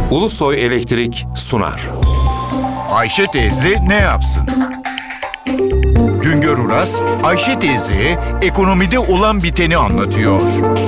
Ulusoy Elektrik sunar. Ayşe teyze ne yapsın? Güngör Uras, Ayşe teyzeye ekonomide olan biteni anlatıyor.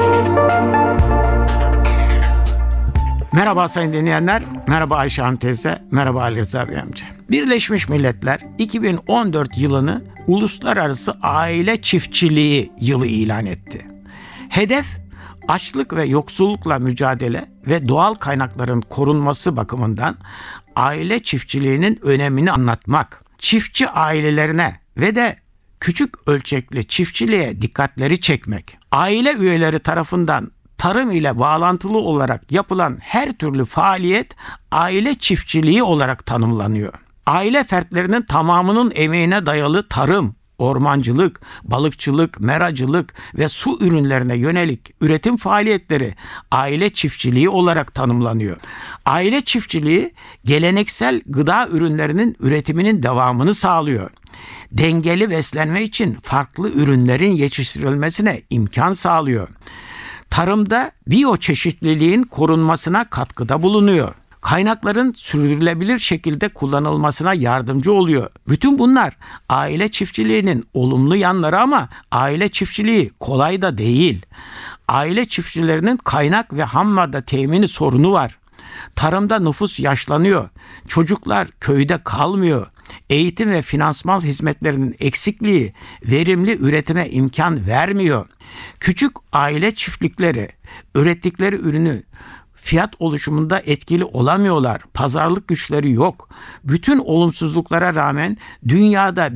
Merhaba sayın dinleyenler, merhaba Ayşe Hanım teyze, merhaba Ali Rıza Bey amca. Birleşmiş Milletler 2014 yılını Uluslararası Aile Çiftçiliği Yılı ilan etti. Hedef, açlık ve yoksullukla mücadele ve doğal kaynakların korunması bakımından aile çiftçiliğinin önemini anlatmak, çiftçi ailelerine ve de küçük ölçekli çiftçiliğe dikkatleri çekmek, aile üyeleri tarafından tarım ile bağlantılı olarak yapılan her türlü faaliyet aile çiftçiliği olarak tanımlanıyor. Aile fertlerinin tamamının emeğine dayalı tarım, ormancılık, balıkçılık, meracılık ve su ürünlerine yönelik üretim faaliyetleri aile çiftçiliği olarak tanımlanıyor. Aile çiftçiliği geleneksel gıda ürünlerinin üretiminin devamını sağlıyor. Dengeli beslenme için farklı ürünlerin yetiştirilmesine imkan sağlıyor. Tarımda biyoçeşitliliğin korunmasına katkıda bulunuyor. Kaynakların sürdürülebilir şekilde kullanılmasına yardımcı oluyor. Bütün bunlar aile çiftçiliğinin olumlu yanları ama aile çiftçiliği kolay da değil. Aile çiftçilerinin kaynak ve ham madde temini sorunu var. Tarımda nüfus yaşlanıyor. Çocuklar köyde kalmıyor. Eğitim ve finansman hizmetlerinin eksikliği verimli üretime imkan vermiyor. Küçük aile çiftlikleri ürettikleri ürünü fiyat oluşumunda etkili olamıyorlar. Pazarlık güçleri yok. Bütün olumsuzluklara rağmen dünyada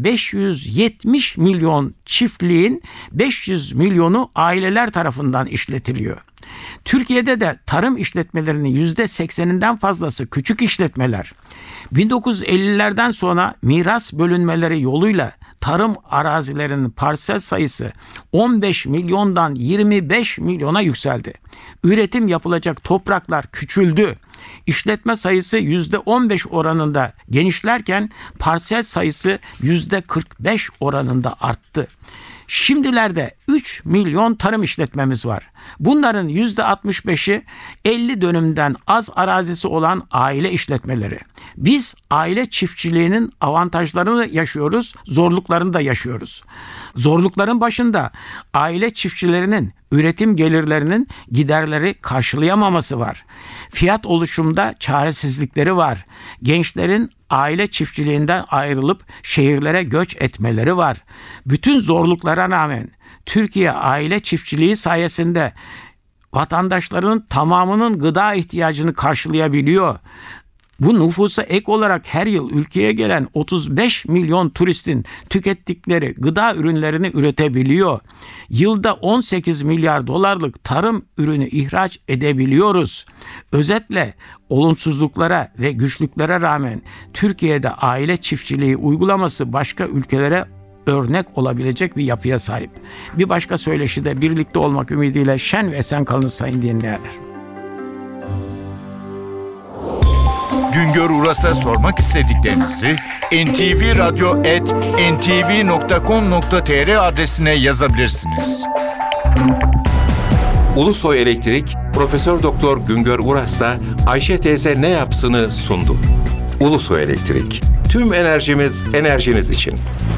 570 milyon çiftliğin 500 milyonu aileler tarafından işletiliyor. Türkiye'de de tarım işletmelerinin %80'inden fazlası küçük işletmeler. 1950'lerden sonra miras bölünmeleri yoluyla tarım arazilerinin parsel sayısı 15 milyondan 25 milyona yükseldi. Üretim yapılacak topraklar küçüldü. İşletme sayısı %15 oranında genişlerken parsel sayısı %45 oranında arttı. Şimdilerde 3 milyon tarım işletmemiz var. Bunların %65'i 50 dönümden az arazisi olan aile işletmeleri. Biz aile çiftçiliğinin avantajlarını yaşıyoruz, zorluklarını da yaşıyoruz. Zorlukların başında aile çiftçilerinin üretim gelirlerinin giderleri karşılayamaması var. Fiyat oluşumda çaresizlikleri var. Gençlerin aile çiftçiliğinden ayrılıp şehirlere göç etmeleri var. Bütün zorluklara rağmen Türkiye aile çiftçiliği sayesinde vatandaşlarının tamamının gıda ihtiyacını karşılayabiliyor. Bu nüfusa ek olarak her yıl ülkeye gelen 35 milyon turistin tükettikleri gıda ürünlerini üretebiliyor. Yılda 18 milyar dolarlık tarım ürünü ihraç edebiliyoruz. Özetle olumsuzluklara ve güçlüklere rağmen Türkiye'de aile çiftçiliği uygulaması başka ülkelere örnek olabilecek bir yapıya sahip. Bir başka söyleşide birlikte olmak ümidiyle şen ve esen kalın sayın dinleyenler. Güngör Uras'a sormak istediklerinizi ntvradyo@ntv.com.tr adresine yazabilirsiniz. Ulusoy Elektrik Profesör Doktor Güngör Uras'la Ayşe teyze ne yapsını sundu. Ulusoy Elektrik. Tüm enerjimiz enerjiniz için.